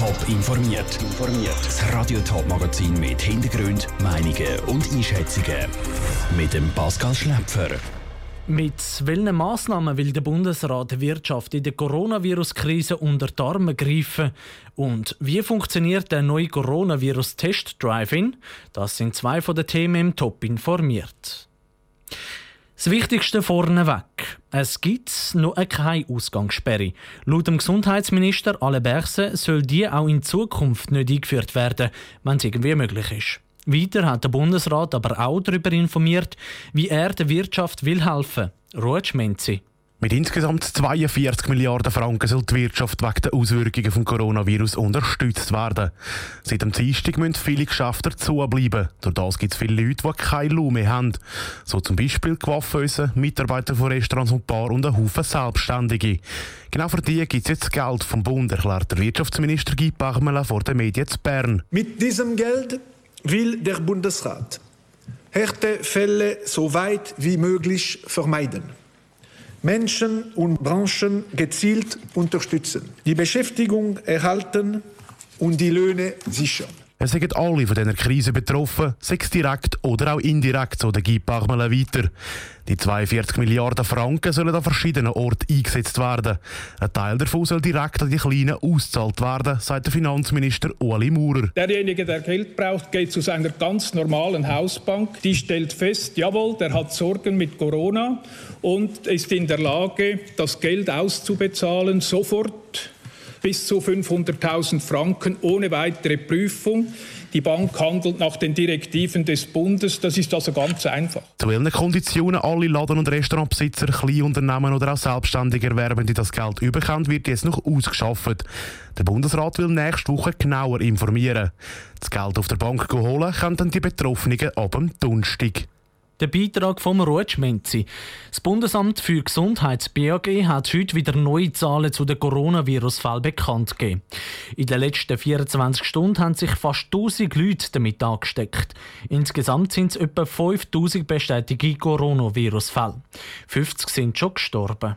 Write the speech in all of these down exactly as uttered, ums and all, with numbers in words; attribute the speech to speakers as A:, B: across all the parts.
A: Top informiert. Informiert. Das Radio Top Magazin mit Hintergrund, Meinungen und Einschätzungen. Mit dem Pascal Schläpfer.
B: Mit welchen Massnahmen will der Bundesrat die Wirtschaft in der Coronavirus-Krise unter die Arme greifen? Und wie funktioniert der neue Coronavirus-Test-Drive-In? Das sind zwei von den Themen im Top informiert. Das Wichtigste vorneweg. Es gibt noch keine Ausgangssperre. Laut dem Gesundheitsminister Alain Berset soll die auch in Zukunft nicht eingeführt werden, wenn es irgendwie möglich ist. Weiter hat der Bundesrat aber auch darüber informiert, wie er der Wirtschaft will helfen will. Ruhe Schmenzi.
C: Mit insgesamt zweiundvierzig Milliarden Franken soll die Wirtschaft wegen der Auswirkungen des Coronavirus unterstützt werden. Seit dem Dienstag müssen viele Geschäfte zubleiben. Durch das gibt es viele Leute, die keine Lohn mehr haben. So zum Beispiel Coiffeuse, Mitarbeiter von Restaurants und Bars und ein Haufen Selbstständige. Genau für die gibt es jetzt Geld vom Bund, erklärt der Wirtschaftsminister Guy Parmelin vor den Medien zu Bern.
D: Mit diesem Geld will der Bundesrat Härtefälle so weit wie möglich vermeiden. Menschen und Branchen gezielt unterstützen, die Beschäftigung erhalten und die Löhne sichern.
C: Es sind alle von dieser Krise betroffen, sei es direkt oder auch indirekt, so der Guy Parmelin weiter. Die zweiundvierzig Milliarden Franken sollen an verschiedenen Orten eingesetzt werden. Ein Teil davon soll direkt an die Kleinen ausgezahlt werden, sagt der Finanzminister Ueli Maurer.
E: Derjenige, der Geld braucht, geht zu seiner ganz normalen Hausbank. Die stellt fest, jawohl, der hat Sorgen mit Corona und ist in der Lage, das Geld auszubezahlen, sofort. Bis zu fünfhunderttausend Franken ohne weitere Prüfung. Die Bank handelt nach den Direktiven des Bundes. Das ist also ganz einfach.
C: Zu welchen Konditionen alle Laden- und Restaurantbesitzer, Kleinunternehmen oder auch Selbstständige Erwerbende das Geld überkommen, wird jetzt noch ausgeschafft. Der Bundesrat will nächste Woche genauer informieren. Das Geld auf der Bank holen können dann die Betroffenen ab dem Donnerstag.
B: Der Beitrag vom Ruetschmenzi. Das Bundesamt für Gesundheit B A G hat heute wieder neue Zahlen zu den Coronavirus-Fällen bekannt gegeben. In den letzten vierundzwanzig Stunden haben sich fast tausend Leute damit angesteckt. Insgesamt sind es etwa fünftausend bestätigte Coronavirus-Fälle. fünfzig sind schon gestorben.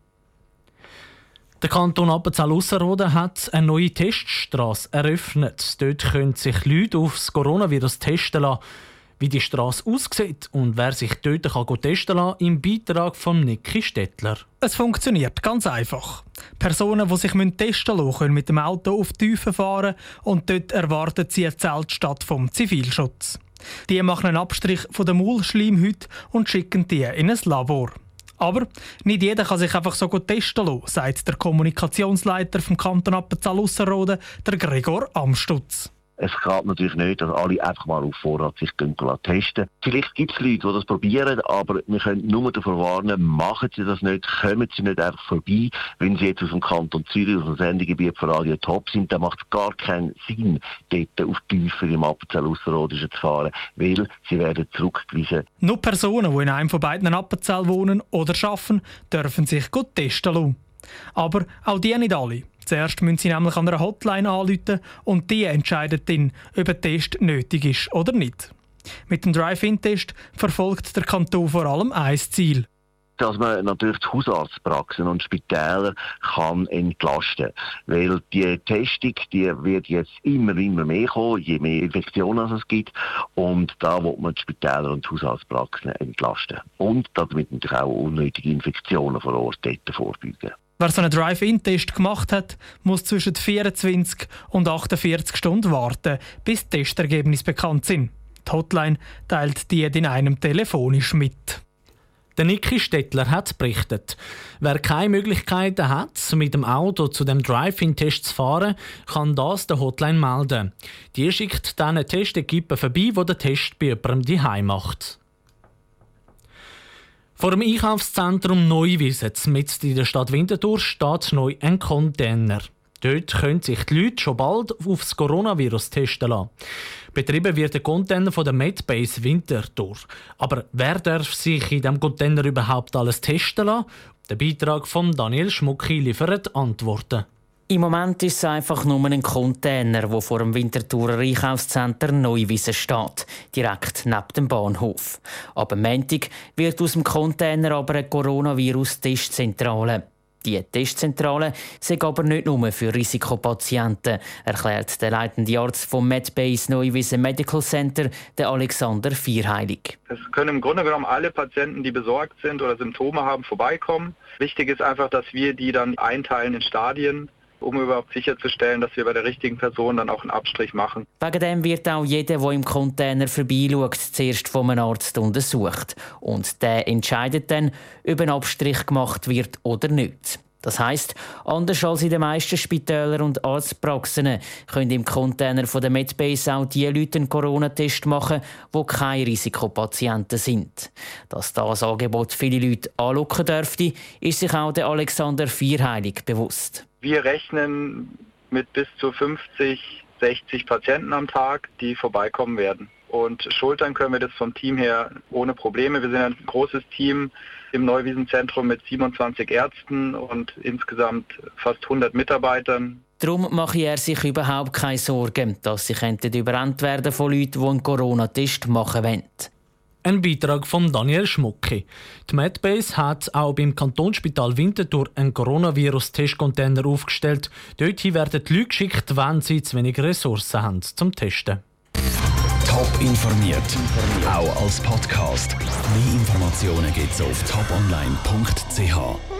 B: Der Kanton Appenzell-Ausserrhoden hat eine neue Teststrasse eröffnet. Dort können sich Leute aufs Coronavirus testen lassen. Wie die Strasse aussieht und wer sich dort kann testen kann, im Beitrag von Niki Stettler.
F: Es funktioniert ganz einfach. Personen, die sich testen lassen, können mit dem Auto auf die Tiefe fahren und dort erwartet sie eine Zeltstadt vom Zivilschutz. Die machen einen Abstrich von der Maulschleimhaut und schicken die in ein Labor. Aber nicht jeder kann sich einfach so gut testen lassen, sagt der Kommunikationsleiter vom Kanton Appenzell-Ausserrhoden, der Gregor Amstutz.
G: Es geht natürlich nicht, dass alle einfach mal auf Vorrat sich testen. Vielleicht gibt es Leute, die das probieren, aber wir können nur davor warnen, machen Sie das nicht, kommen Sie nicht einfach vorbei. Wenn Sie jetzt aus dem Kanton Zürich, aus dem Sendegebiet von Radio Top sind, dann macht es gar keinen Sinn, dort auf die Tiefe im Appenzell-Ausserrhodischen zu fahren, weil Sie werden zurückgewiesen.
F: Nur Personen, die in einem von beiden Appenzell wohnen oder arbeiten, dürfen sich gut testen lassen. Aber auch die nicht alle. Zuerst müssen sie nämlich an einer Hotline anrufen und die entscheidet dann, ob ein Test nötig ist oder nicht. Mit dem Drive-In-Test verfolgt der Kanton vor allem ein Ziel.
G: Dass man natürlich die Hausarztpraxen und Spitäler kann entlasten. Weil die Testung, die wird jetzt immer, immer mehr kommen, je mehr Infektionen es gibt. Und da will man die Spitäler und die Hausarztpraxen entlasten. Und damit natürlich auch unnötige Infektionen vor Ort vorbeugen.
F: Wer so einen Drive-In-Test gemacht hat, muss zwischen vierundzwanzig und achtundvierzig Stunden warten, bis die Testergebnisse bekannt sind. Die Hotline teilt die in einem telefonisch mit.
B: Der Niki Stettler hat berichtet. Wer keine Möglichkeiten hat, mit dem Auto zu dem Drive-In-Test zu fahren, kann das der Hotline melden. Die schickt dann einen Testequipe vorbei, wo der Test bei jemandem daheim macht. Vor dem Einkaufszentrum Neuwiesen, mitten in der Stadt Winterthur, steht neu ein Container. Dort können sich die Leute schon bald auf das Coronavirus testen lassen. Betrieben wird der Container von der Medbase Winterthur. Aber wer darf sich in diesem Container überhaupt alles testen lassen? Der Beitrag von Daniel Schmucki liefert Antworten.
H: Im Moment ist es einfach nur ein Container, der vor dem Winterthurer Einkaufszentrum Neuwiesen steht, direkt neben dem Bahnhof. Ab Montag wird aus dem Container aber eine Coronavirus-Testzentrale. Die Testzentrale sei aber nicht nur für Risikopatienten, erklärt der leitende Arzt vom Medbase Neuwiesen Medical Center, der Alexander Vierheilig.
I: Es können im Grunde genommen alle Patienten, die besorgt sind oder Symptome haben, vorbeikommen. Wichtig ist einfach, dass wir die dann einteilen in Stadien, um überhaupt sicherzustellen, dass wir bei der richtigen Person dann auch einen Abstrich machen.
H: Wegen dem wird auch jeder, der im Container vorbeischaut, zuerst von einem Arzt untersucht. Und der entscheidet dann, ob ein Abstrich gemacht wird oder nicht. Das heisst, anders als in den meisten Spitälern und Arztpraxen können im Container von der Medbase auch die Leute einen Corona-Test machen, die keine Risikopatienten sind. Dass das Angebot viele Leute anlocken dürfte, ist sich auch der Alexander Vierheilig bewusst.
I: Wir rechnen mit bis zu fünfzig, sechzig Patienten am Tag, die vorbeikommen werden. Und schultern können wir das vom Team her ohne Probleme. Wir sind ein großes Team im Neuwiesenzentrum mit siebenundzwanzig Ärzten und insgesamt fast hundert Mitarbeitern.
H: Darum mache er sich überhaupt keine Sorgen, dass sie überrannt werden von Leuten, die einen Corona-Test machen wollen.
B: Ein Beitrag von Daniel Schmucki. Die Medbase hat auch beim Kantonsspital Winterthur einen Coronavirus-Testcontainer aufgestellt. Dorthin werden die Leute geschickt, wenn sie zu wenig Ressourcen haben zum Testen.
A: Top informiert, auch als Podcast. Mehr Informationen gibt es auf top online punkt c h.